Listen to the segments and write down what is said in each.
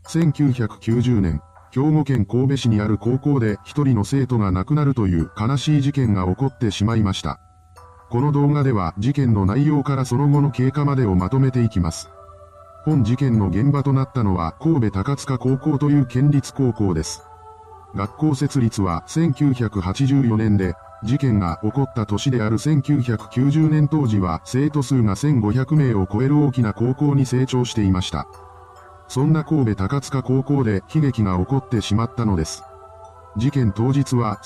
1990年、兵庫県神戸市にある高校で一人の生徒が亡くなるという悲しい事件が起こってしまいました。この動画では事件の内容からその後の経過までをまとめていきます。本事件の現場となったのは神戸高塚高校という県立高校です。学校設立は1984年で、事件が起こった年である1990年当時は生徒数が1500名を超える大きな高校に成長していました。そんな神戸高塚高校で悲劇が起こってしまったのです。事件当日は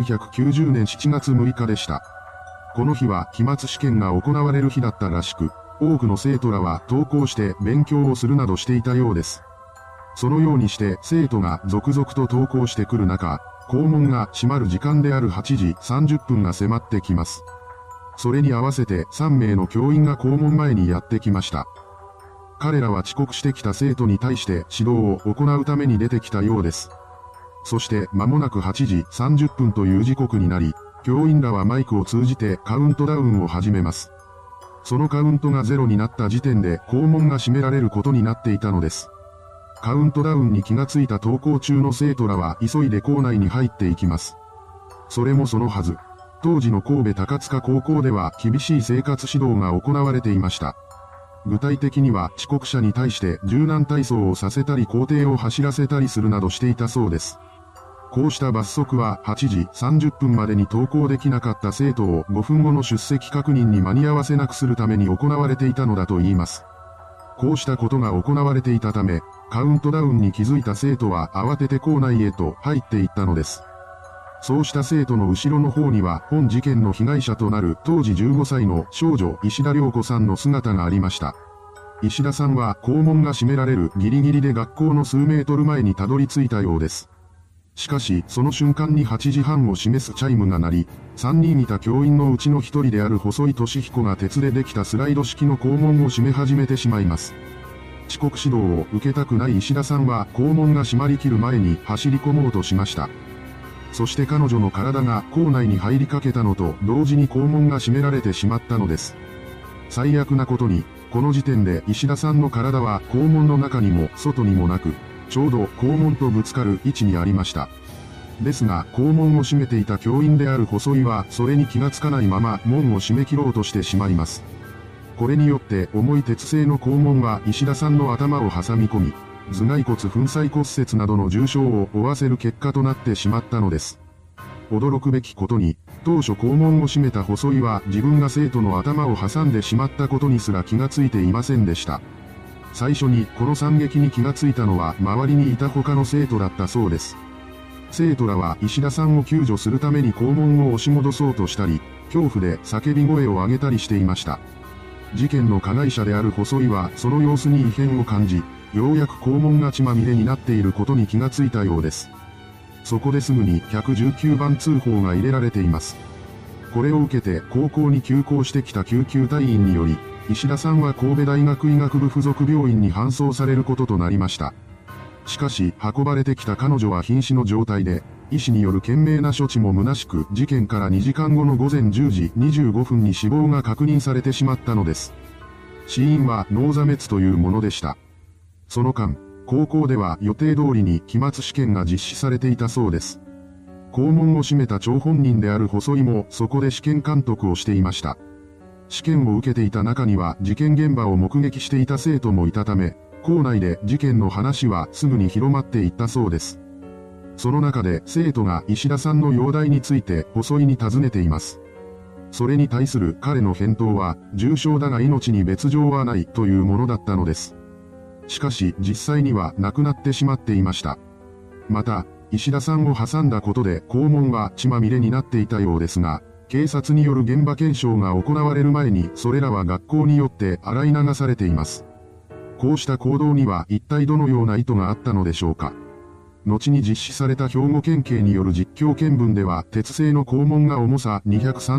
1990年7月6日でした。この日は期末試験が行われる日だったらしく、多くの生徒らは登校して勉強をするなどしていたようです。そのようにして生徒が続々と登校してくる中、校門が閉まる時間である8時30分が迫ってきます。それに合わせて3名の教員が校門前にやってきました。彼らは遅刻してきた生徒に対して指導を行うために出てきたようです。そして間もなく8時30分という時刻になり、教員らはマイクを通じてカウントダウンを始めます。そのカウントが0になった時点で校門が閉められることになっていたのです。カウントダウンに気がついた登校中の生徒らは急いで校内に入っていきます。それもそのはず。当時の神戸高塚高校では厳しい生活指導が行われていました。具体的には遅刻者に対して柔軟体操をさせたり校庭を走らせたりするなどしていたそうです。こうした罰則は8時30分までに登校できなかった生徒を5分後の出席確認に間に合わせなくするために行われていたのだといいます。こうしたことが行われていたため、カウントダウンに気づいた生徒は慌てて校内へと入っていったのです。そうした生徒の後ろの方には本事件の被害者となる当時15歳の少女石田涼子さんの姿がありました。石田さんは校門が閉められるギリギリで学校の数メートル前にたどり着いたようです。しかしその瞬間に8時半を示すチャイムが鳴り、3人いた教員のうちの1人である細井俊彦が鉄でできたスライド式の校門を閉め始めてしまいます。遅刻指導を受けたくない石田さんは校門が閉まりきる前に走り込もうとしました。そして彼女の体が校内に入りかけたのと同時に校門が閉められてしまったのです。最悪なことに、この時点で石田さんの体は校門の中にも外にもなく、ちょうど校門とぶつかる位置にありました。ですが、校門を閉めていた教員である細井はそれに気がつかないまま門を閉め切ろうとしてしまいます。これによって重い鉄製の校門は石田さんの頭を挟み込み、頭蓋骨粉砕骨折などの重傷を負わせる結果となってしまったのです。驚くべきことに、当初校門を閉めた細井は自分が生徒の頭を挟んでしまったことにすら気がついていませんでした。最初にこの惨劇に気がついたのは周りにいた他の生徒だったそうです。生徒らは石田さんを救助するために校門を押し戻そうとしたり、恐怖で叫び声を上げたりしていました。事件の加害者である細井はその様子に異変を感じ、ようやく校門が血まみれになっていることに気がついたようです。そこですぐに119番通報が入れられています。これを受けて高校に急行してきた救急隊員により、石田さんは神戸大学医学部附属病院に搬送されることとなりました。しかし運ばれてきた彼女は瀕死の状態で、医師による懸命な処置も虚しく事件から2時間後の午前10時25分に死亡が確認されてしまったのです。死因は脳挫滅というものでした。その間、高校では予定通りに期末試験が実施されていたそうです。校門を閉めた張本人である細井もそこで試験監督をしていました。試験を受けていた中には事件現場を目撃していた生徒もいたため、校内で事件の話はすぐに広まっていったそうです。その中で生徒が石田さんの容体について細井に尋ねています。それに対する彼の返答は、重傷だが命に別状はないというものだったのです。しかし実際には亡くなってしまっていました。また、石田さんを挟んだことで校門は血まみれになっていたようですが、警察による現場検証が行われる前にそれらは学校によって洗い流されています。こうした行動には一体どのような意図があったのでしょうか。後に実施された兵庫県警による実況見分では鉄製の校門が重さ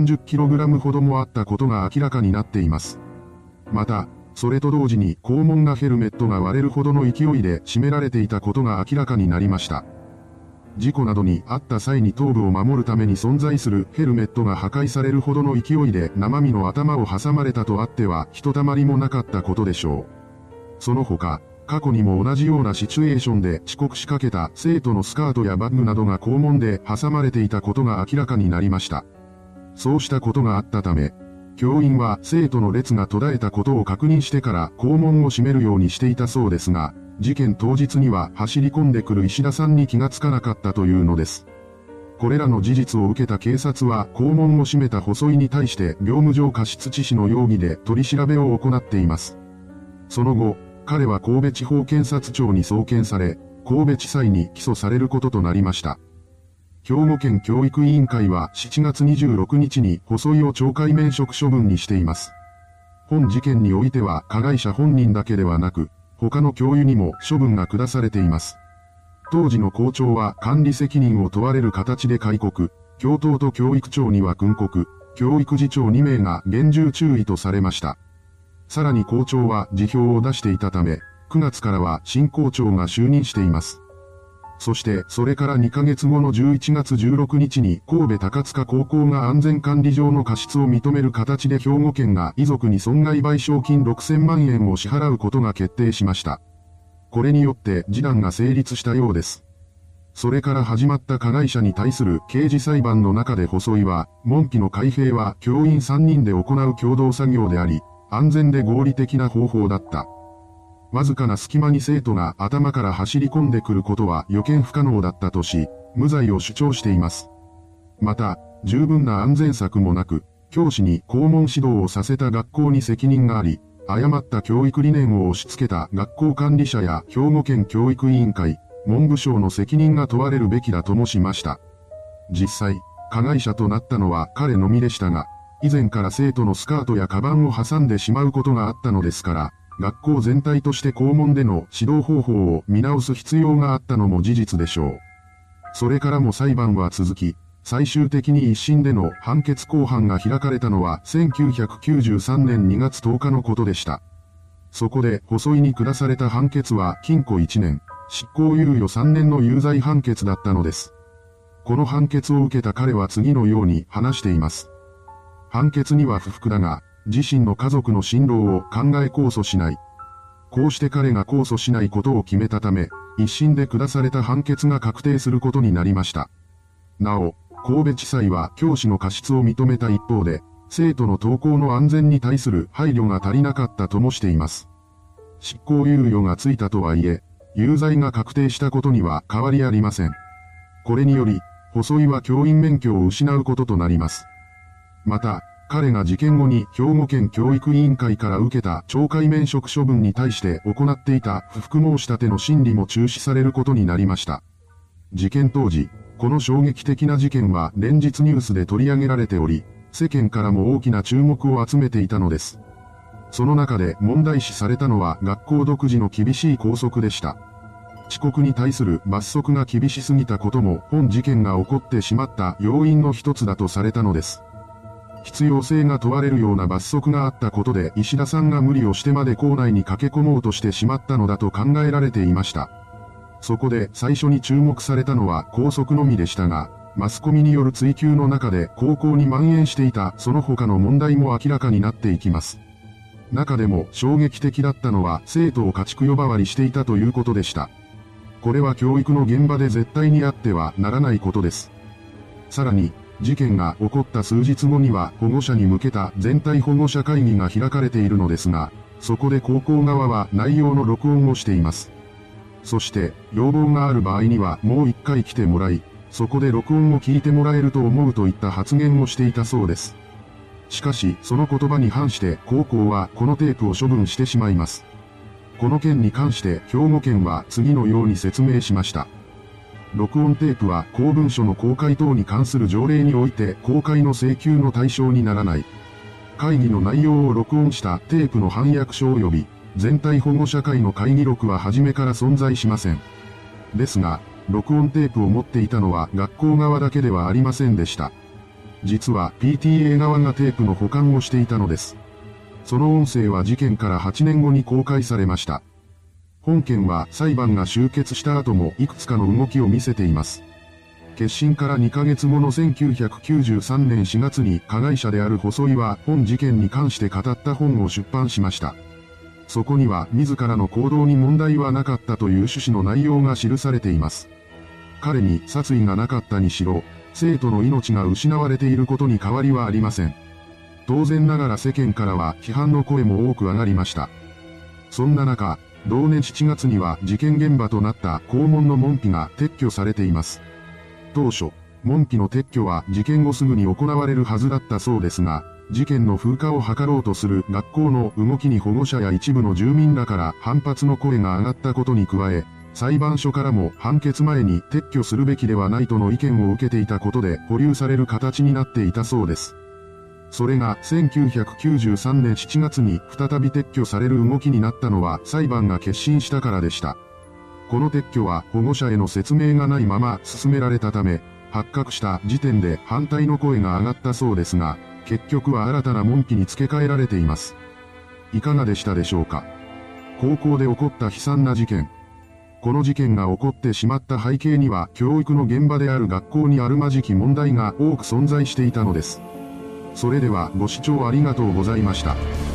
230kg ほどもあったことが明らかになっています。また、それと同時に校門がヘルメットが割れるほどの勢いで締められていたことが明らかになりました。事故などに遭った際に頭部を守るために存在するヘルメットが破壊されるほどの勢いで生身の頭を挟まれたとあってはひとたまりもなかったことでしょう。その他、 過去にも同じようなシチュエーションで遅刻しかけた生徒のスカートやバッグなどが校門で挟まれていたことが明らかになりました。そうしたことがあったため、教員は生徒の列が途絶えたことを確認してから校門を閉めるようにしていたそうですが、事件当日には走り込んでくる石田さんに気がつかなかったというのです。これらの事実を受けた警察は校門を閉めた細井に対して業務上過失致死の容疑で取り調べを行っています。その後、彼は神戸地方検察庁に送検され、神戸地裁に起訴されることとなりました。兵庫県教育委員会は7月26日に細井を懲戒免職処分にしています。本事件においては加害者本人だけではなく、他の教諭にも処分が下されています。当時の校長は管理責任を問われる形で戒告、教頭と教育長には訓告、教育次長2名が厳重注意とされました。さらに校長は辞表を出していたため、9月からは新校長が就任しています。そしてそれから2ヶ月後の11月16日に神戸高塚高校が安全管理上の過失を認める形で兵庫県が遺族に損害賠償金6000万円を支払うことが決定しました。これによって示談が成立したようです。それから始まった加害者に対する刑事裁判の中で細井は、門扉の開閉は教員3人で行う共同作業であり、安全で合理的な方法だった。わずかな隙間に生徒が頭から走り込んでくることは予見不可能だったとし、無罪を主張しています。また、十分な安全策もなく、教師に校門指導をさせた学校に責任があり、誤った教育理念を押し付けた学校管理者や兵庫県教育委員会、文部省の責任が問われるべきだともしました。実際、加害者となったのは彼のみでしたが、以前から生徒のスカートやカバンを挟んでしまうことがあったのですから、学校全体として校門での指導方法を見直す必要があったのも事実でしょう。それからも裁判は続き、最終的に一審での判決公判が開かれたのは1993年2月10日のことでした。そこで細井に下された判決は禁錮1年、執行猶予3年の有罪判決だったのです。この判決を受けた彼は次のように話しています。判決には不服だが、自身の家族の心労を考え控訴しない。こうして彼が控訴しないことを決めたため、一審で下された判決が確定することになりました。なお、神戸地裁は教師の過失を認めた一方で、生徒の登校の安全に対する配慮が足りなかったともしています。執行猶予がついたとはいえ、有罪が確定したことには変わりありません。これにより、細井は教員免許を失うこととなります。また、彼が事件後に兵庫県教育委員会から受けた懲戒免職処分に対して行っていた不服申し立ての審理も中止されることになりました。事件当時、この衝撃的な事件は連日ニュースで取り上げられており、世間からも大きな注目を集めていたのです。その中で問題視されたのは学校独自の厳しい校則でした。遅刻に対する罰則が厳しすぎたことも本事件が起こってしまった要因の一つだとされたのです。必要性が問われるような罰則があったことで石田さんが無理をしてまで校内に駆け込もうとしてしまったのだと考えられていました。そこで最初に注目されたのは校則のみでしたが、マスコミによる追及の中で高校に蔓延していたその他の問題も明らかになっていきます。中でも衝撃的だったのは生徒を家畜呼ばわりしていたということでした。これは教育の現場で絶対にあってはならないことです。さらに、事件が起こった数日後には保護者に向けた全体保護者会議が開かれているのですが、そこで高校側は内容の録音をしています。そして、要望がある場合にはもう一回来てもらい、そこで録音を聞いてもらえると思うといった発言をしていたそうです。しかし、その言葉に反して高校はこのテープを処分してしまいます。この件に関して兵庫県は次のように説明しました。録音テープは公文書の公開等に関する条例において公開の請求の対象にならない。会議の内容を録音したテープの反訳書及び全体保護者会の会議録は初めから存在しません。ですが、録音テープを持っていたのは学校側だけではありませんでした。実は PTA 側がテープの保管をしていたのです。その音声は事件から8年後に公開されました。本件は裁判が終結した後もいくつかの動きを見せています。結審から2ヶ月後の1993年4月に加害者である細井は本事件に関して語った本を出版しました。 そこには自らの行動に問題はなかったという趣旨の内容が記されています。彼に殺意がなかったにしろ、生徒の命が失われていることに変わりはありません。当然ながら世間からは批判の声も多く上がりました。そんな中、同年7月には事件現場となった校門の門扉が撤去されています。当初、門扉の撤去は事件後すぐに行われるはずだったそうですが、事件の風化を図ろうとする学校の動きに保護者や一部の住民らから反発の声が上がったことに加え、裁判所からも判決前に撤去するべきではないとの意見を受けていたことで保留される形になっていたそうです。それが1993年7月に再び撤去される動きになったのは裁判が結審したからでした。この撤去は保護者への説明がないまま進められたため、発覚した時点で反対の声が上がったそうですが、結局は新たな門扉に付け替えられています。いかがでしたでしょうか。高校で起こった悲惨な事件。この事件が起こってしまった背景には教育の現場である学校にあるまじき問題が多く存在していたのです。それではご視聴ありがとうございました。